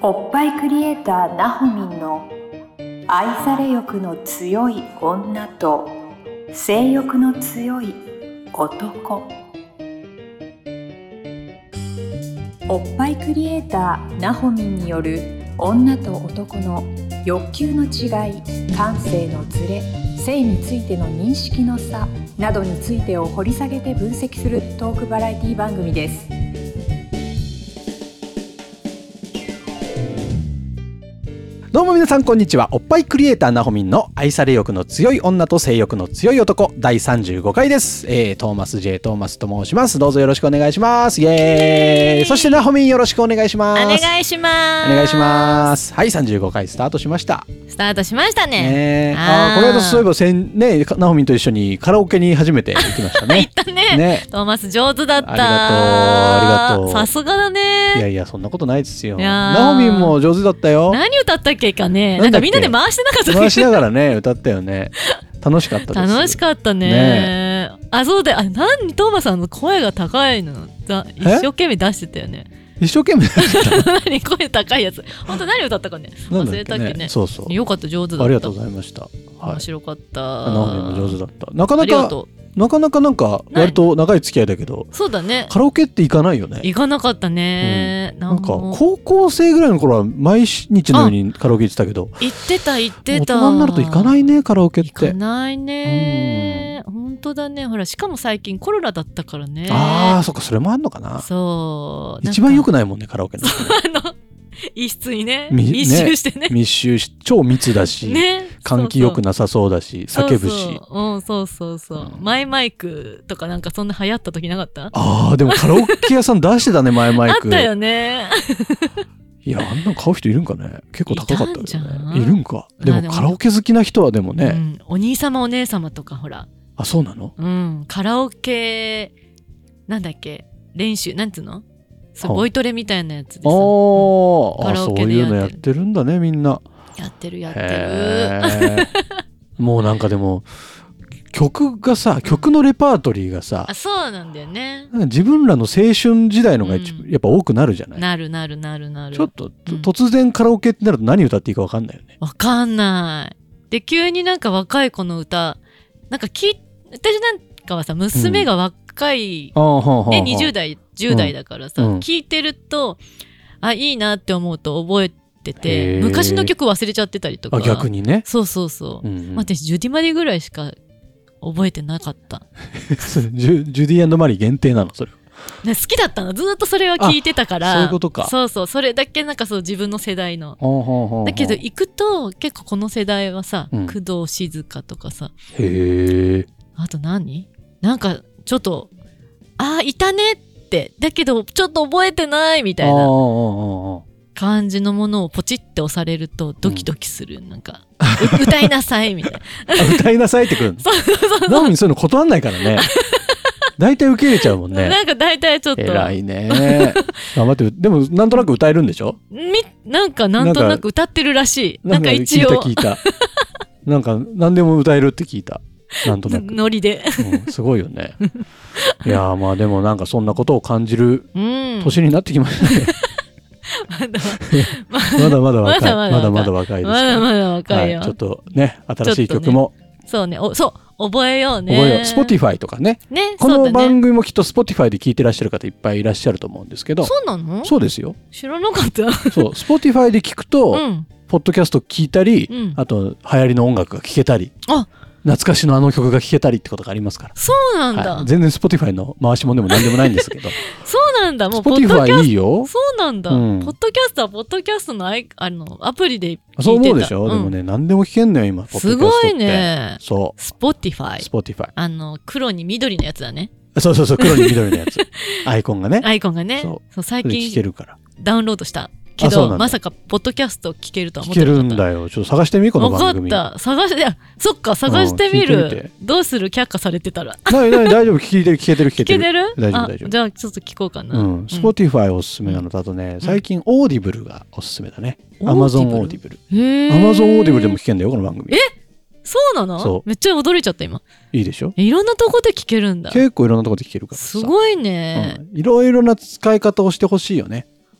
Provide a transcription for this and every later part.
おっぱいクリエイターなほみんの愛され欲の強い女と性欲の強い男。おっぱいクリエイターなほみんによる女と男の欲求の違い、感性のズレ、性についての認識の差などについてを掘り下げて分析するトークバラエティ番組です。 どうも皆さんこんにちは。おっぱいクリエイターなほみんの愛され欲の強い女と性欲の強い男第35回です。トーマス J トーマスと申します。どうぞよろしくお願いします。イエーイ。そしてなほみんよろしくお願いします。 お願いします。 お願いします。はい、35回スタートしました。 スタートしましたね。 この間そういえばなほみんと一緒にカラオケに初めて行きましたね。 行ったね。トーマス上手だった。 ありがとう。 さすがだね。 いやそんなことないですよ。なほみんも上手だったよ。 何歌ったっけかね。なんかみんなで回してなかったっけ。 回しながらね歌ったよね。楽しかったです。 楽しかったね。そうで、何トーマスさんの声が高いの一生懸命出してたよね。 一生懸命何声高いやつ。本当何歌ったかね。忘れたっけね。 そうそう。 よかった、上手だった。 ありがとうございました。 面白かった。 なほみんも上手だった。なかなかなんか割と長い付き合いだけど、 そうだね。 カラオケって行かないよね。 行かなかったね。 なんか高校生ぐらいの頃は毎日のようにカラオケ行ってたけど、 行ってた。大人になると行かないね、カラオケって。 行かないね。本当だね。ほら、しかも最近コロナだったからね。 そっか、それもあんのかな。 そう。 一番良くないもんね、カラオケの。 一室にね、密集してね。 密集し、超密だし、換気良くなさそうだし、叫ぶし。 そう。マイマイクとかなんかそんな流行った時なかった？ でもカラオケ屋さん出してたね、マイマイク。 あったよね。 いや、あんなの買う人いるんかね。結構高かったよね。いるんか。でもカラオケ好きな人はでもね。 お兄様お姉様とかほら。 そうなの？ カラオケ、なんだっけ、練習、なんつうの？ボイトレみたいなやつでさ、カラオケでそういうのやってるんだね、みんな。 やってるもうなんかでも曲のレパートリーがさ、 そうなんだよね。 自分らの青春時代のがやっぱ多くなるじゃない。 なる。 ちょっと突然カラオケってなると何歌っていいか分かんないよね。 分かんない。で急になんか若い子の歌なんか私なんかはさ、娘が若い、20代10代だからさ、聞いてるといいなって思うと覚えてて、昔の曲忘れちゃってたりとか。 逆にね。 そう、私ジュディマリぐらいしか覚えてなかったジュディ&マリ限定なのそれ？ 好きだったの、ずっとそれは聞いてたから。 そういうことか。 そうそれだけなんかそう自分の世代のだけど行くと結構この世代はさ、工藤静香とかさ、あとなんかちょっといたねってだけどちょっと覚えてないみたいな感じのものをポチって押されるとドキドキする。なんか歌いなさいみたいな。 歌いなさいってくるの。そうなのにそういうの断んないからね。大体受け入れちゃうもんね。 なんか大体ちょっと偉いね。頑張って。でもなんとなく歌えるんでしょ？ なんとなく歌ってるらしい。なんか一応聞いた。なんか何でも歌えるって聞いた。なんとなくノリで、 すごいよね。いやまあでもなんかそんなことを感じる年になってきましたね。まだまだ若い。まだまだ若いです。 まだまだ若いよ。 ちょっとね、新しい曲もそうね、覚えようね。 Spotify とかね。この番組もきっと Spotify で聞いてらっしゃる方いっぱいいらっしゃると思うんですけど。 そうなの？ そうですよ。 知らなかった。 そう、Spotify で聞くとポッドキャスト聞いたり、あと流行りの音楽が聴けたり。懐かしのあの曲が聴けたりってことがありますから。 そうなんだ。 全然 Spotify の回しもんでも何でもないんですけど。 そうなんだ。もう Spotify いいよ。 そうなんだ。ポッドキャストはポッドキャストのアプリで聞いてた。 そう思うでしょ。でもね、何でも聞けんのよ今。 すごいね。 そう。 Spotify。黒に緑のやつだね。 そう黒に緑のやつ。アイコンがね。 そう最近聞けるから。 ダウンロードしたけど、まさかポッドキャスト聞けるとは思ってなかった。聞けるんだよ。ちょっと探してみ、この番組。 分かった。探してみる。どうする？却下されてたら。 大丈夫。聞けてる。大丈夫。 じゃあちょっと聞こうかな。 Spotify おすすめなのだとね、最近オーディブルがおすすめだね。Amazon オーディブル。Amazon オーディブルでも聞けんだよ、この番組。 そうなの？めっちゃ驚いちゃった今。 いいでしょ？ いろんなとこで聞けるんだ。 結構いろんなとこで聞けるからさ。 すごいね。 いろいろな使い方をしてほしいよね。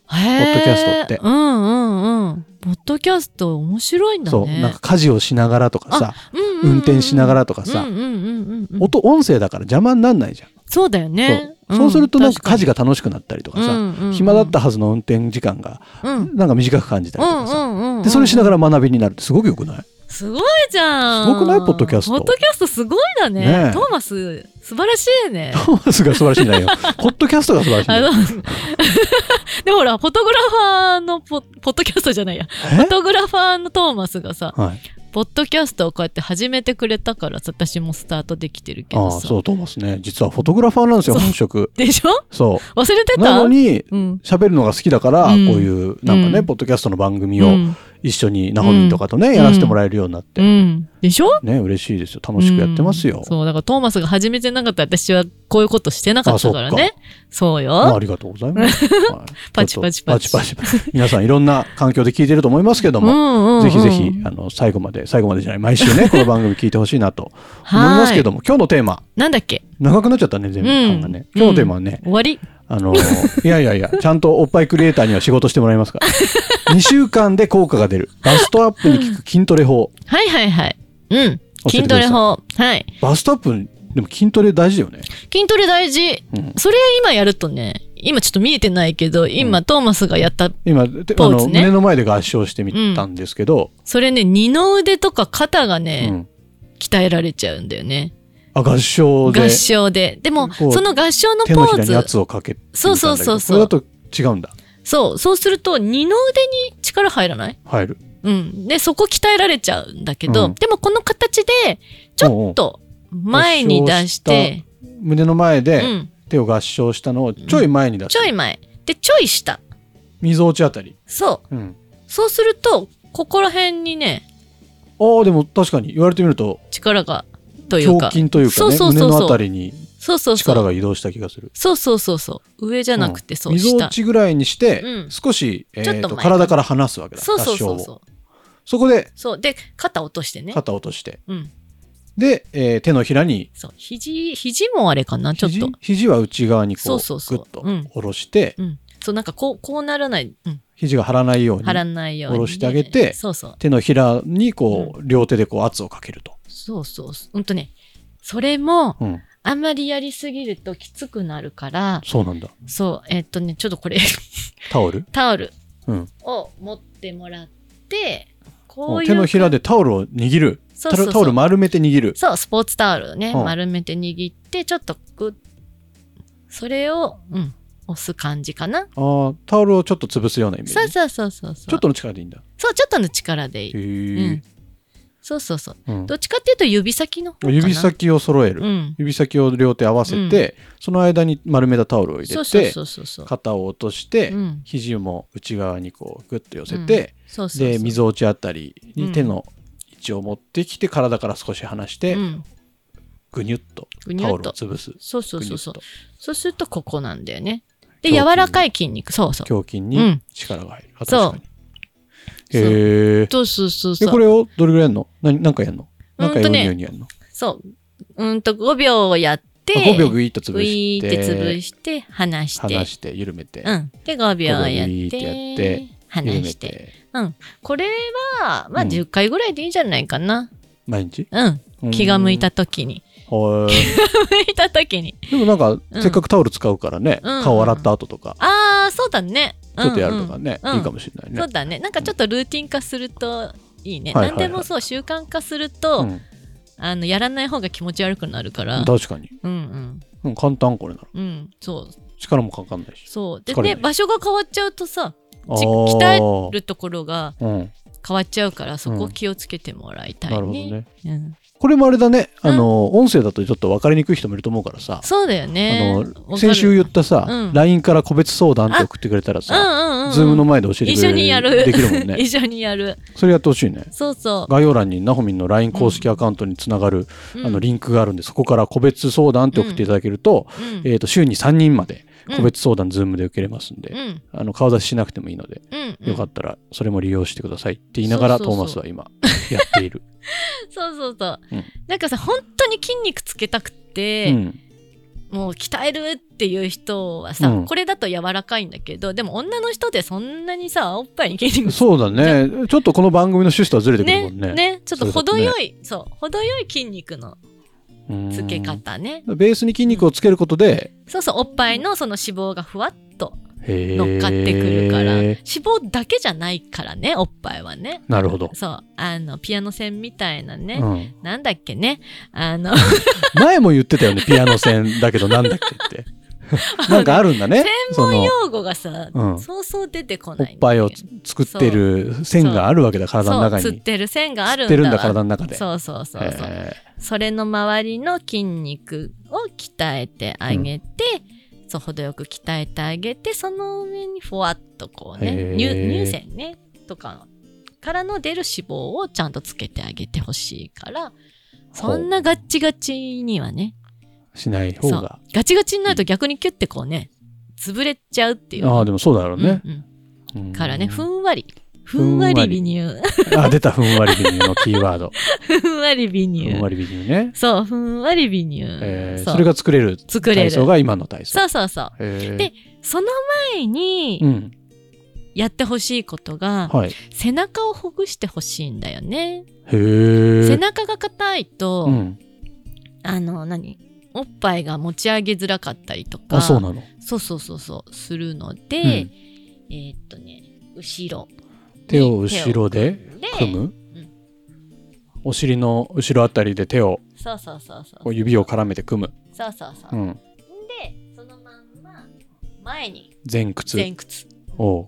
ポッドキャストって。 うんうんうん。ポッドキャスト面白いんだね。 そう、なんか家事をしながらとかさ、運転しながらとかさ、音声だから邪魔になんないじゃん。 そうだよね。 そうするとなんか家事が楽しくなったりとかさ、暇だったはずの運転時間がなんか短く感じたりとかさ、でそれしながら学びになるってすごくよくない？ すごいじゃん。 すごくない？ポッドキャスト。 ポッドキャストすごいだね。トーマス素晴らしいね。 トーマスが素晴らしいんだよ。ポッドキャストが素晴らしいんだよ。 でもほらフォトグラファーのポッドキャストじゃないや。フォトグラファーのトーマスがさ、ポッドキャストをこうやって始めてくれたから私もスタートできてるけどさ。 そうトーマスね、実はフォトグラファーなんですよ、本職。 でしょ？ そう忘れてた？ なのに喋るのが好きだから、こういうなんかね、ポッドキャストの番組を一緒にナホミンとかとね、やらせてもらえるようになって、 でしょ？ ね、嬉しいですよ。楽しくやってますよ。 そうだからトーマスが始めてなかったら私はこういうことしてなかったからね。そうよ。 ありがとうございます。 パチパチパチ。 皆さんいろんな環境で聞いてると思いますけども、ぜひぜひ最後までじゃない、毎週ねこの番組聞いてほしいなと思いますけども、今日のテーマなんだっけ？ 長くなっちゃったね、全部感がね。今日のテーマはね、 終わり？ いやちゃんとおっぱいクリエイターには仕事してもらいますから2週間で効果が出るバストアップに効く筋トレ法。 はいはいはい。筋トレ法。はい。 バストアップでも筋トレ大事だよね。 筋トレ大事。それ今やるとね、今ちょっと見えてないけど、今トーマスがやったポーズね。 胸の前で合掌してみたんですけど、 それね、二の腕とか肩がね、鍛えられちゃうんだよね。 合掌で。 合掌で。でも、その合掌のポーズ。手のひらに圧をかけてみたんだけど。そう。それだと違うんだ。 そうすると二の腕に力入らない？ 入る。 で、そこ鍛えられちゃうんだけど、でもこの形で、ちょっと前に出して、 胸の前で手を合掌したのをちょい前に出す。 ちょい前。で、ちょい下。 みぞおちあたり。 そう。そうすると、ここら辺にね。 でも確かに言われてみると。 力が、というか。 胸筋というかね、胸のあたりに力が移動した気がする。 そう。上じゃなくて、そう。 みぞおちぐらいにして、少し、体から離すわけだ。 そう。 そこで。 そう。で、肩落としてね。 肩落として。で、手のひらに。 そう。肘もあれかな、ちょっと。 肘は内側にこう、グッと下ろして。 そう、なんかこうならない。 肘が張らないように。 張らないように。 下ろしてあげて、手のひらにこう、両手でこう圧をかけると。 そう。それも、あんまりやりすぎるときつくなるから。 そうなんだ。 そう。ちょっとこれタオルを持ってもらって、こういう。 手のひらでタオルを握る。タオル丸めて握る。 そう、スポーツタオルをね、丸めて握って、ちょっとそれを、押す感じかな。 タオルをちょっと潰すようなイメージ。 そう。 ちょっとの力でいいんだ。 そう、ちょっとの力でいい。そう。どっちかっていうと指先の方かな。 指先を揃える。指先を両手合わせて、その間に丸めたタオルを入れて、肩を落として、肘も内側にこうグッと寄せて、で、みぞおちあたりに手の位置を持ってきて、体から少し離して、ぐにゅっとタオルを潰す。 そう。そうするとここなんだよね。で、柔らかい筋肉。そう。 胸筋に力が入る。 そう。そう。 これをどれぐらいやるの？何回やるの？何回やるの？ そう。5秒やって、 5秒グイッと潰して、 グイーって潰して、離して、 緩めて。 で、5秒やって、離して。これは、まあ10回ぐらいでいいんじゃないかな。 毎日？ 気が向いた時に。気が向いた時に。 でもなんか、せっかくタオル使うからね、顔洗った後とか。 そうだね。 ちょっとやるとかね、いいかもしれないね。 そうだね。なんかちょっとルーティン化するといいね。何でもそう、習慣化すると、やらない方が気持ち悪くなるから。 確かに。簡単これなら。 そう。 力もかかんないし。 そう。でね、場所が変わっちゃうとさ、鍛えるところが変わっちゃうから、そこを気をつけてもらいたいね。なるほどね。 これもあれだね、音声だとちょっと分かりにくい人もいると思うからさ。 そうだよね。 先週言ったさ、LINE から個別相談って送ってくれたらさ、Zoom の前で教えてくれる。 一緒にやる。 できるもんね。 一緒にやる。 それやってほしいね。 そうそう。 概要欄にナホミンの LINE 公式アカウントにつながる、リンクがあるんで、そこから個別相談って送っていただけると、週に3人まで個別相談 Zoom で受けれますんで、顔出ししなくてもいいので、よかったらそれも利用してくださいって言いながら、トーマスは今やっている。 そう。なんかさ、本当に筋肉つけたくて、 もう鍛えるっていう人はさ、これだと柔らかいんだけど、でも女の人でそんなにさ、おっぱいに筋肉そうだね。ちょっとこの番組の趣旨とはずれてくるもんね。 ね、ちょっと程よい、程よい筋肉のつけ方ね。 ベースに筋肉をつけることで、 そうそう、おっぱいのその脂肪がふわっと乗っかってくるから、脂肪だけじゃないからね、おっぱいはね。 なるほど。 そう、ピアノ線みたいなね、なんだっけね、 前も言ってたよね、ピアノ線だけどなんだっけって。なんかあるんだね。 専門用語がさ、そうそう出てこない。 おっぱいを作ってる線があるわけだ、体の中に。 そう、釣ってる線があるんだ。 釣ってるんだ、体の中で。 そう。それの周りの筋肉を鍛えてあげて、程よく鍛えてあげて、その上にふわっとこうね、乳腺ね、とかからの出る脂肪をちゃんとつけてあげてほしいから、そんなガッチガチにはね、 しない方が。 ガチガチになると逆にキュッてこうね、潰れちゃうっていう。 ああ、でもそうだろうね。 からね、ふんわり微乳。 出た、ふんわり微乳のキーワード。 ふんわり微乳。 ふんわり微乳ね。 そう、ふんわり微乳。 それが作れる体操が今の体操。 そう。で、その前に、やってほしいことが、背中をほぐしてほしいんだよね。背中が硬いと、おっぱいが持ち上げづらかったりとか。 そうなの。 そう、するので、後ろ。 手を後ろで組む、お尻の後ろあたりで手を指を絡めて組む。 そう。で、そのまんま前に前屈。そ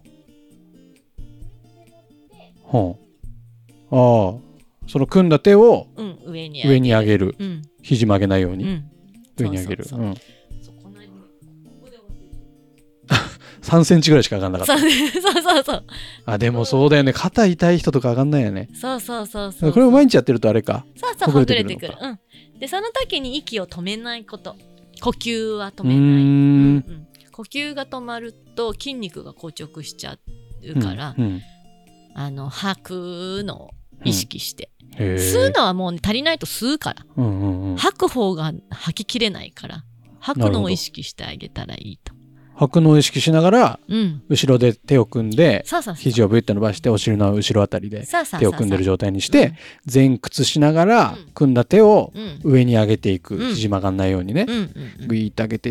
の組んだ手を上に上げる。肘曲げないように上に上げる。3センチぐらいしか上がんなかった。そう。でもそうだよね。肩痛い人とか上がんないよね。 そう。 これを毎日やってるとあれか。 ほぐれてくる。で、その時に息を止めないこと。呼吸は止めない。呼吸が止まると筋肉が硬直しちゃうから、吐くのを意識して。吸うのはもう足りないと吸うから。吐く方が吐ききれないから、吐くのを意識してあげたらいいと。 吐くのを意識しながら、後ろで手を組んで、肘をブイッと伸ばしてお尻の後ろあたりで手を組んでる状態にして、前屈しながら組んだ手を上に上げていく。肘曲がんないようにね。グイッと上げていって、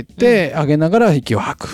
上げながら息を吐く。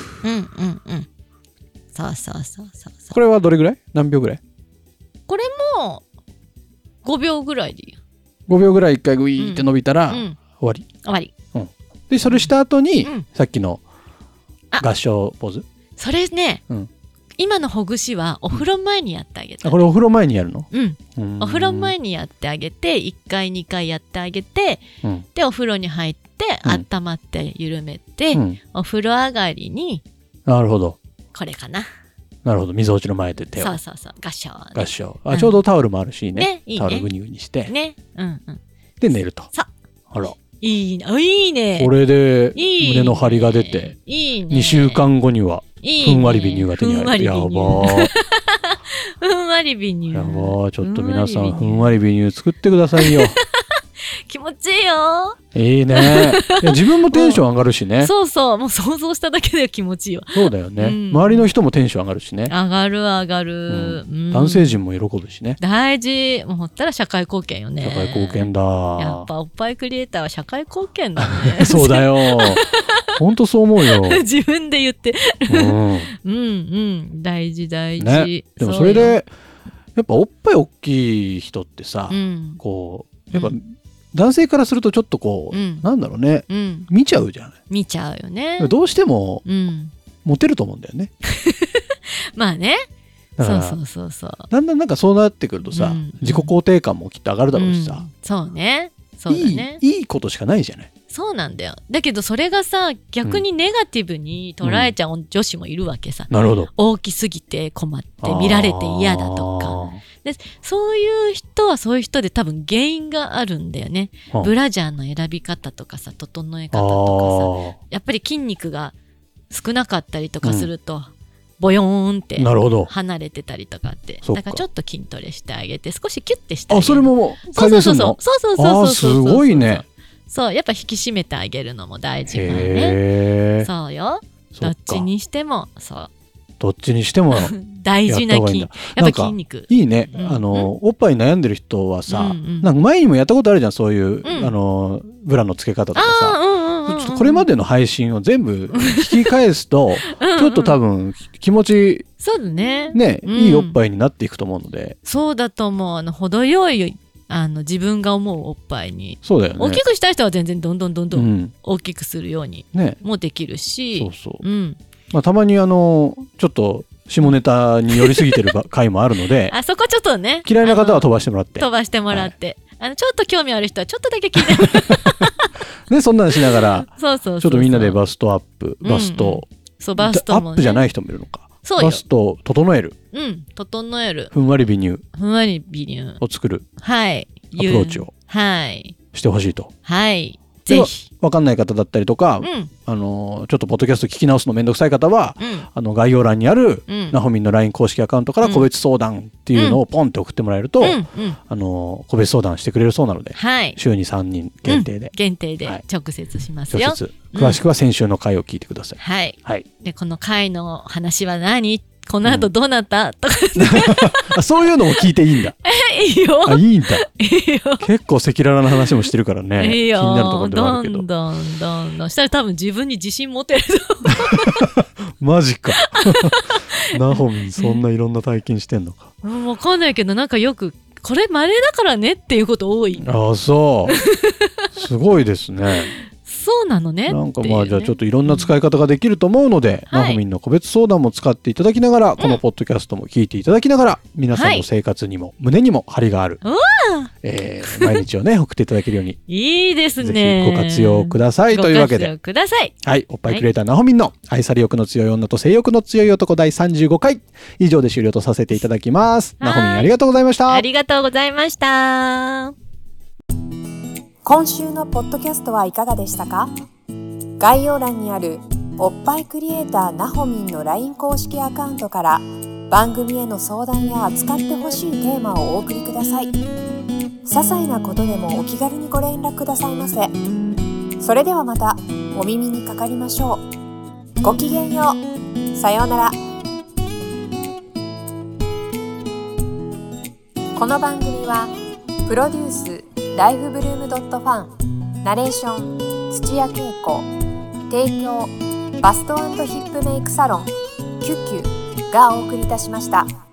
そう。 これはどれぐらい？何秒ぐらい？ これも5秒ぐらいでいいよ。 5秒ぐらい一回グイーって伸びたら終わり。で、それした後にさっきの合掌ポーズ。 それね、今のほぐしはお風呂前にやってあげて。 これお風呂前にやるの？ お風呂前にやってあげて、1回2回やってあげて、でお風呂に入って温まって緩めて、お風呂上がりに。 なるほど。 これかな。 なるほど。溝落ちの前で手を。 そう。合掌。 ちょうどタオルもあるしね。タオルグニグニして。で寝ると。あら。 いいね。 これで胸の張りが出て、2週間後にはふんわり微乳が手に入る。やばー。 ふんわり微乳。 やばー。ちょっと皆さんふんわり微乳作ってくださいよ。 気持ちいいよ。 いいね。自分もテンション上がるしね。 そう。もう想像しただけで気持ちいいよ。 そうだよね。周りの人もテンション上がるしね。 上がる。 男性陣も喜ぶしね。 大事。もうほったら社会貢献よね。 社会貢献だ。 やっぱおっぱいクリエイターは社会貢献だね。 そうだよ。ほんとそう思うよ。 自分で言って。大事。 ね。でもそれでやっぱおっぱい大きい人ってさ、こうやっぱ男性からするとちょっとこう、なんだろうね、見ちゃうじゃない。 見ちゃうよね。 どうしても、モテると思うんだよね。 まあね。そう。 だんだんなんかそうなってくるとさ、自己肯定感もきっと上がるだろうしさ。 そうね。そうだね。 いいことしかないじゃない。 そうなんだよ。だけどそれがさ、逆にネガティブに捉えちゃう女子もいるわけさ。 なるほど。 大きすぎて困って見られて嫌だとか。で、そういう人はそういう人で多分原因があるんだよね。ブラジャーの選び方とかさ、整え方とかさ、やっぱり筋肉が少なかったりとかすると、ボヨーンって離れてたりとかって、だからちょっと筋トレしてあげて少しキュッてしてあげる。 それも改善するの？ そう。 すごいね。 そうやっぱ引き締めてあげるのも大事からね。そうよ。どっちにしてもそうどっちにしても大事な筋やっぱ筋肉いいね、おっぱい悩んでる人はさ、なんか前にもやったことあるじゃん、そういう、ブラの付け方とかさ、ちょっとこれまでの配信を全部聞き返すとちょっと多分気持ちそうだね、 いいおっぱいになっていくと思うので、 そうだと思う。程よい自分が思うおっぱいに、 そうだよね、 大きくしたい人は全然どんどん大きくするようにもできるし、 そうそう、たまにちょっと下ネタに寄りすぎてる回もあるのであそこちょっとね嫌いな方は飛ばしてもらって、 ちょっと興味ある人はちょっとだけ聞いてもらってね、そんなのしながらちょっとみんなでバストアップ、バストもね、 アップじゃない人もいるのか、バストを整える、 整える、 ふんわり美乳を作る、 はいアプローチをしてほしいと、 はいぜひ分かんない方だったりとか、ちょっとポッドキャスト聞き直すのめんどくさい方は、概要欄にあるなほみんの LINE 公式アカウントから個別相談っていうのをポンって送ってもらえると、個別相談してくれるそうなので、週に3人限定で、 直接しますよ。 詳しくは先週の回を聞いてください。でこの回の話は何、この後どうなった、とかそういうのも聞いていいんだ。 いいよ。 いいんだ。結構赤裸々な話もしてるからね。気になるところではあるけど。 どんしたら多分自分に自信持てるとマジか。なほみんそんないろんな体験してんのか。 分かんないけど、なんかよくこれ稀だからねっていうこと多い。 あ、そうすごいですね。 そうなのね。 なんかじゃあちょっといろんな使い方ができると思うので、なほみんの個別相談も使っていただきながら、このポッドキャストも聞いていただきながら、皆さんの生活にも胸にも張りがある、毎日をね送っていただけるようにいいですね。 ぜひご活用くださいというわけで、はい、おっぱいクリエイターなほみんの愛され欲の強い女と性欲の強い男第35回以上で終了とさせていただきます。なほみんありがとうございました。 ありがとうございました。 今週のポッドキャストはいかがでしたか？概要欄にあるおっぱいクリエイターなほみんの LINE 公式アカウントから番組への相談や扱ってほしいテーマをお送りください。些細なことでもお気軽にご連絡くださいませ。それではまたお耳にかかりましょう。ごきげんよう。さようなら。この番組はプロデュースライフブルームドットファン、ナレーション土屋恵子、提供バスト&ヒップメイクサロンキュッキュがお送りいたしました。